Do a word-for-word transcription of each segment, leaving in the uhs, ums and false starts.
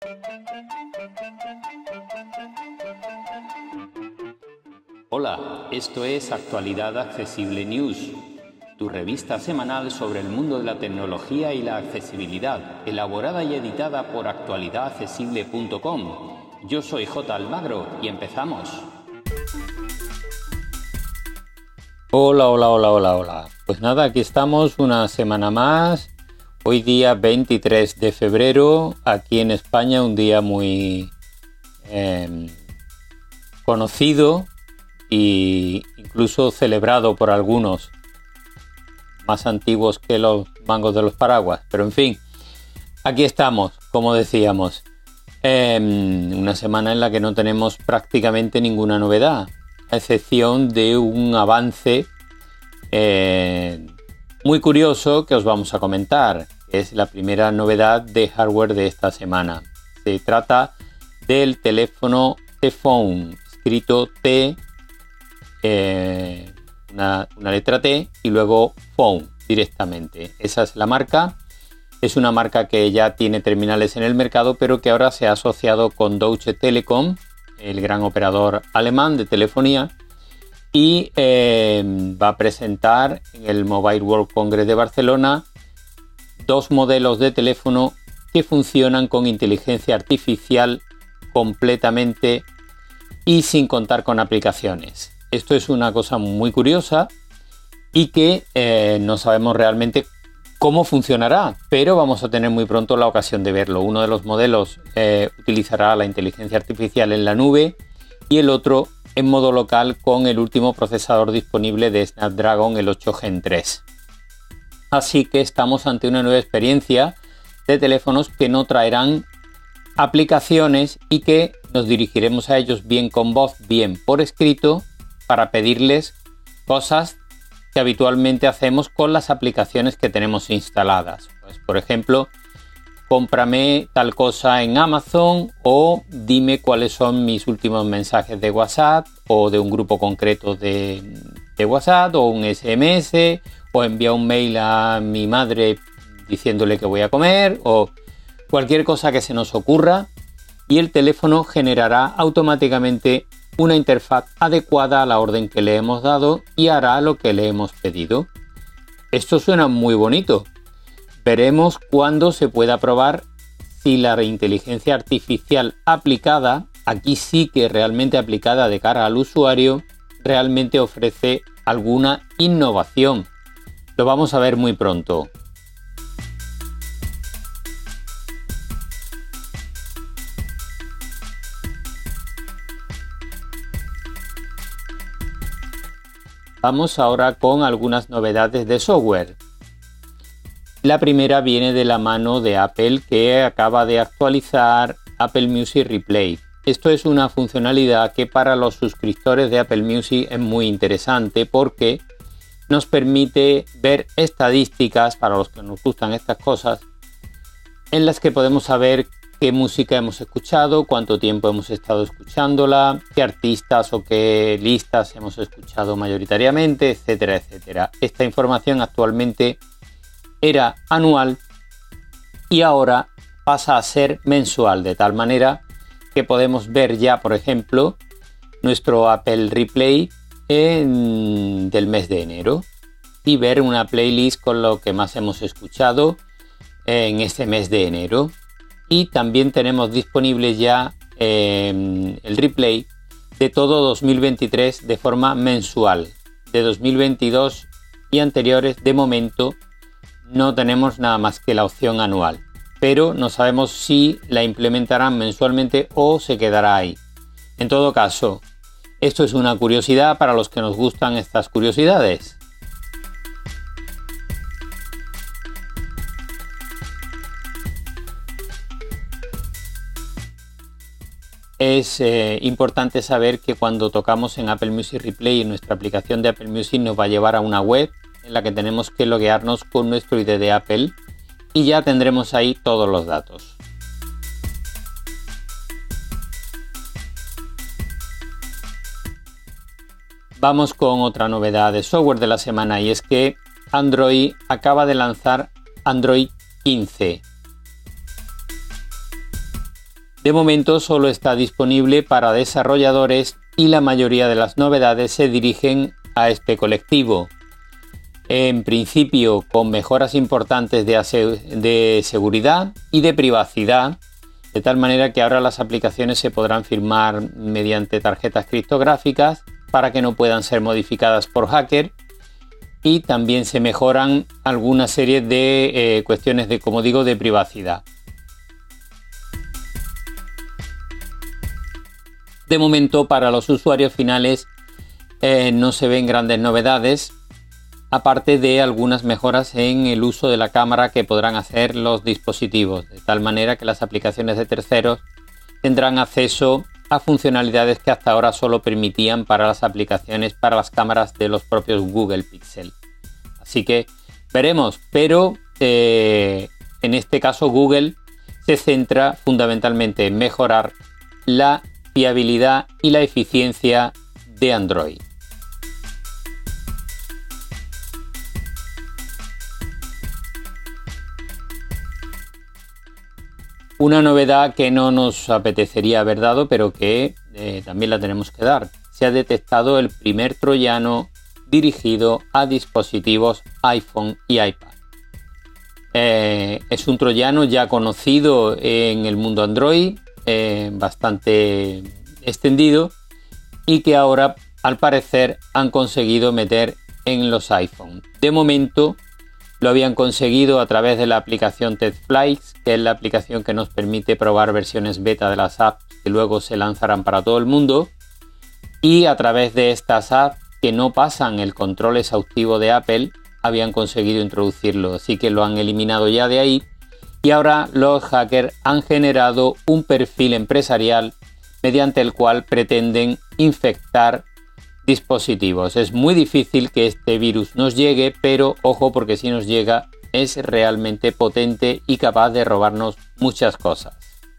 Hola, esto es Actualidad Accesible News, tu revista semanal sobre el mundo de la tecnología y la accesibilidad, elaborada y editada por actualidad accesible punto com. Yo soy J. Almagro y empezamos. Hola, hola, hola, hola, hola. Pues nada, aquí estamos una semana más. Hoy día veintitrés de febrero, aquí en España, un día muy eh, conocido e incluso celebrado por algunos, más antiguos que los mangos de los paraguas. Pero en fin, aquí estamos, como decíamos, eh, una semana en la que no tenemos prácticamente ninguna novedad, a excepción de un avance eh, muy curioso que os vamos a comentar. Es la primera novedad de hardware de esta semana. Se trata del teléfono T-Phone, escrito T, eh, una, una letra T y luego Phone directamente. Esa es la marca. Es una marca que ya tiene terminales en el mercado, pero que ahora se ha asociado con Deutsche Telekom, el gran operador alemán de telefonía, y eh, va a presentar en el Mobile World Congress de Barcelona dos modelos de teléfono que funcionan con inteligencia artificial completamente y sin contar con aplicaciones. Esto es una cosa muy curiosa y que eh, no sabemos realmente cómo funcionará, pero vamos a tener muy pronto la ocasión de verlo. Uno de los modelos eh, utilizará la inteligencia artificial en la nube y el otro en modo local con el último procesador disponible de Snapdragon, el ocho Gen tres. Así que estamos ante una nueva experiencia de teléfonos que no traerán aplicaciones y que nos dirigiremos a ellos bien con voz, bien por escrito, para pedirles cosas que habitualmente hacemos con las aplicaciones que tenemos instaladas. Pues, por ejemplo, cómprame tal cosa en Amazon, o dime cuáles son mis últimos mensajes de WhatsApp o de un grupo concreto de, de WhatsApp, o un S M S, o envía un mail a mi madre diciéndole que voy a comer, o cualquier cosa que se nos ocurra, y el teléfono generará automáticamente una interfaz adecuada a la orden que le hemos dado y hará lo que le hemos pedido. Esto suena muy bonito. Veremos cuándo se pueda probar si la inteligencia artificial aplicada, aquí sí que realmente aplicada de cara al usuario, realmente ofrece alguna innovación. Lo vamos a ver muy pronto. Vamos ahora con algunas novedades de software. La primera viene de la mano de Apple, que acaba de actualizar Apple Music Replay. Esto es una funcionalidad que para los suscriptores de Apple Music es muy interesante, porque nos permite ver estadísticas, para los que nos gustan estas cosas, en las que podemos saber qué música hemos escuchado, cuánto tiempo hemos estado escuchándola, qué artistas o qué listas hemos escuchado mayoritariamente, etcétera, etcétera. Esta información actualmente era anual y ahora pasa a ser mensual, de tal manera que podemos ver ya, por ejemplo, nuestro Apple Replay en, del mes de enero y ver una playlist con lo que más hemos escuchado en este mes de enero. Y también tenemos disponible ya eh, el replay de todo dos mil veintitrés de forma mensual. De dos mil veintidós y anteriores, de momento, no tenemos nada más que la opción anual, pero no sabemos si la implementarán mensualmente o se quedará ahí. En todo caso, esto es una curiosidad para los que nos gustan estas curiosidades. Es eh, importante saber que cuando tocamos en Apple Music Replay, en nuestra aplicación de Apple Music, nos va a llevar a una web en la que tenemos que loguearnos con nuestro I D de Apple y ya tendremos ahí todos los datos. Vamos con otra novedad de software de la semana, y es que Android acaba de lanzar Android quince. De momento solo está disponible para desarrolladores y la mayoría de las novedades se dirigen a este colectivo. En principio con mejoras importantes de, de seguridad y de privacidad, de tal manera que ahora las aplicaciones se podrán firmar mediante tarjetas criptográficas para que no puedan ser modificadas por hackers, y también se mejoran alguna serie de eh, cuestiones de, como digo, de privacidad. De momento, para los usuarios finales eh, no se ven grandes novedades, aparte de algunas mejoras en el uso de la cámara que podrán hacer los dispositivos, de tal manera que las aplicaciones de terceros tendrán acceso a funcionalidades que hasta ahora solo permitían para las aplicaciones, para las cámaras de los propios Google Pixel. Así que veremos, pero eh, en este caso Google se centra fundamentalmente en mejorar la fiabilidad y la eficiencia de Android. Una novedad que no nos apetecería haber dado, pero que eh, también la tenemos que dar. Se ha detectado el primer troyano dirigido a dispositivos iPhone y iPad. Eh, es un troyano ya conocido en el mundo Android, eh, bastante extendido, y que ahora al parecer han conseguido meter en los iPhone. De momento lo habían conseguido a través de la aplicación TestFlights, que es la aplicación que nos permite probar versiones beta de las apps que luego se lanzarán para todo el mundo, y a través de estas apps que no pasan el control exhaustivo de Apple habían conseguido introducirlo, así que lo han eliminado ya de ahí, y ahora los hackers han generado un perfil empresarial mediante el cual pretenden infectar dispositivos. Es muy difícil que este virus nos llegue, pero ojo, porque si nos llega es realmente potente y capaz de robarnos muchas cosas.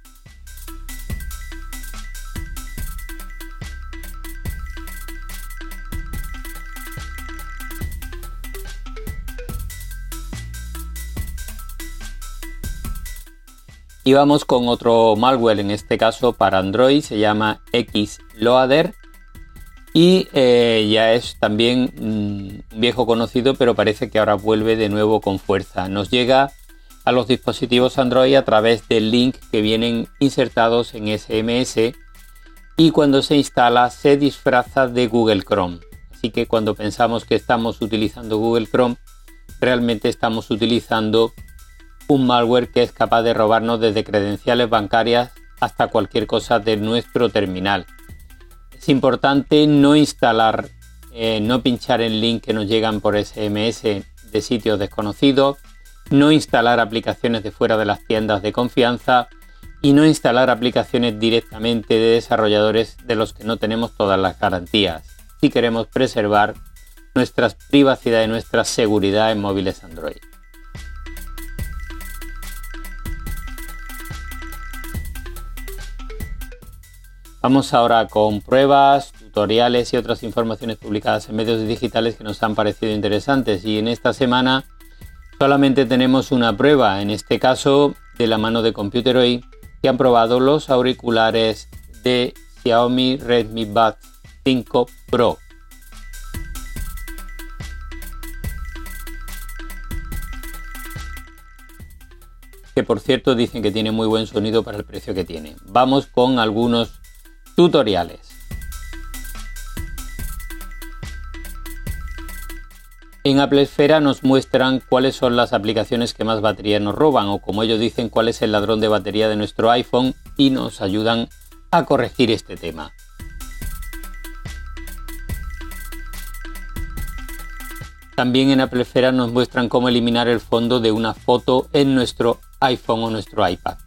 Y vamos con otro malware, en este caso para Android, se llama Xloader. Y eh, ya es también un viejo conocido, pero parece que ahora vuelve de nuevo con fuerza. Nos llega a los dispositivos Android a través del link que vienen insertados en S M S, y cuando se instala se disfraza de Google Chrome. Así que cuando pensamos que estamos utilizando Google Chrome, realmente estamos utilizando un malware que es capaz de robarnos desde credenciales bancarias hasta cualquier cosa de nuestro terminal. Es importante no instalar, eh, no pinchar en link que nos llegan por S M S de sitios desconocidos, no instalar aplicaciones de fuera de las tiendas de confianza y no instalar aplicaciones directamente de desarrolladores de los que no tenemos todas las garantías, si queremos preservar nuestra privacidad y nuestra seguridad en móviles Android. Vamos ahora con pruebas, tutoriales y otras informaciones publicadas en medios digitales que nos han parecido interesantes, y en esta semana solamente tenemos una prueba, en este caso de la mano de Computeroid, que han probado los auriculares de Xiaomi Redmi Buds cinco Pro. Que por cierto dicen que tiene muy buen sonido para el precio que tiene. Vamos con algunos tutoriales. En Apple Esfera nos muestran cuáles son las aplicaciones que más batería nos roban, o como ellos dicen, cuál es el ladrón de batería de nuestro iPhone, y nos ayudan a corregir este tema. También en Apple Esfera nos muestran cómo eliminar el fondo de una foto en nuestro iPhone o nuestro iPad.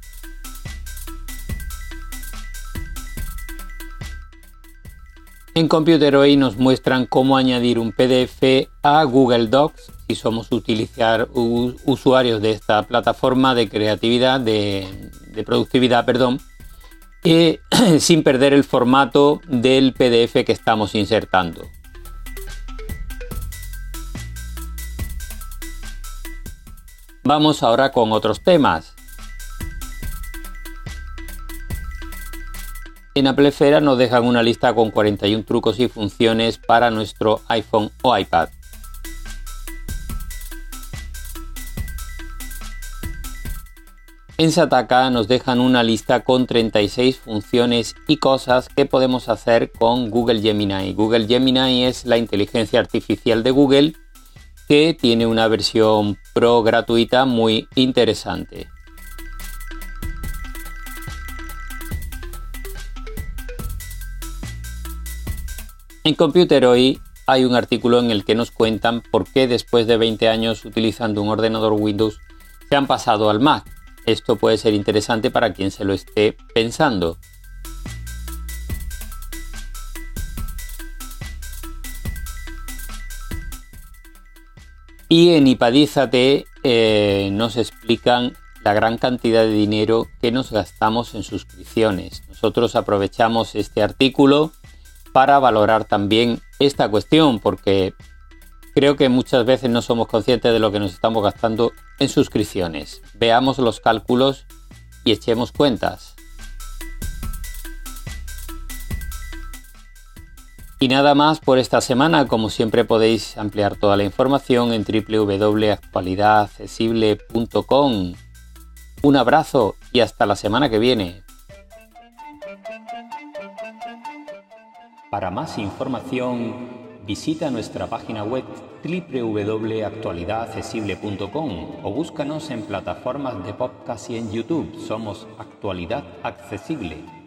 En Computeroid nos muestran cómo añadir un P D F a Google Docs si somos utilizar, usuarios de esta plataforma de creatividad, de, de productividad, perdón, eh, sin perder el formato del P D F que estamos insertando. Vamos ahora con otros temas. En Apple Esfera nos dejan una lista con cuarenta y un trucos y funciones para nuestro iPhone o iPad. En Sataka nos dejan una lista con treinta y seis funciones y cosas que podemos hacer con Google Gemini. Google Gemini es la inteligencia artificial de Google que tiene una versión pro gratuita muy interesante. En Computer Hoy hay un artículo en el que nos cuentan por qué después de veinte años utilizando un ordenador Windows se han pasado al Mac. Esto puede ser interesante para quien se lo esté pensando. Y en iPadízate eh, nos explican la gran cantidad de dinero que nos gastamos en suscripciones. Nosotros aprovechamos este artículo para valorar también esta cuestión, porque creo que muchas veces no somos conscientes de lo que nos estamos gastando en suscripciones. Veamos los cálculos y echemos cuentas. Y nada más por esta semana. Como siempre podéis ampliar toda la información en doble u doble u doble u punto actualidad accesible punto com. Un abrazo y hasta la semana que viene. Para más información, visita nuestra página web doble u doble u doble u punto actualidad accesible punto com o búscanos en plataformas de podcast y en YouTube. Somos Actualidad Accesible.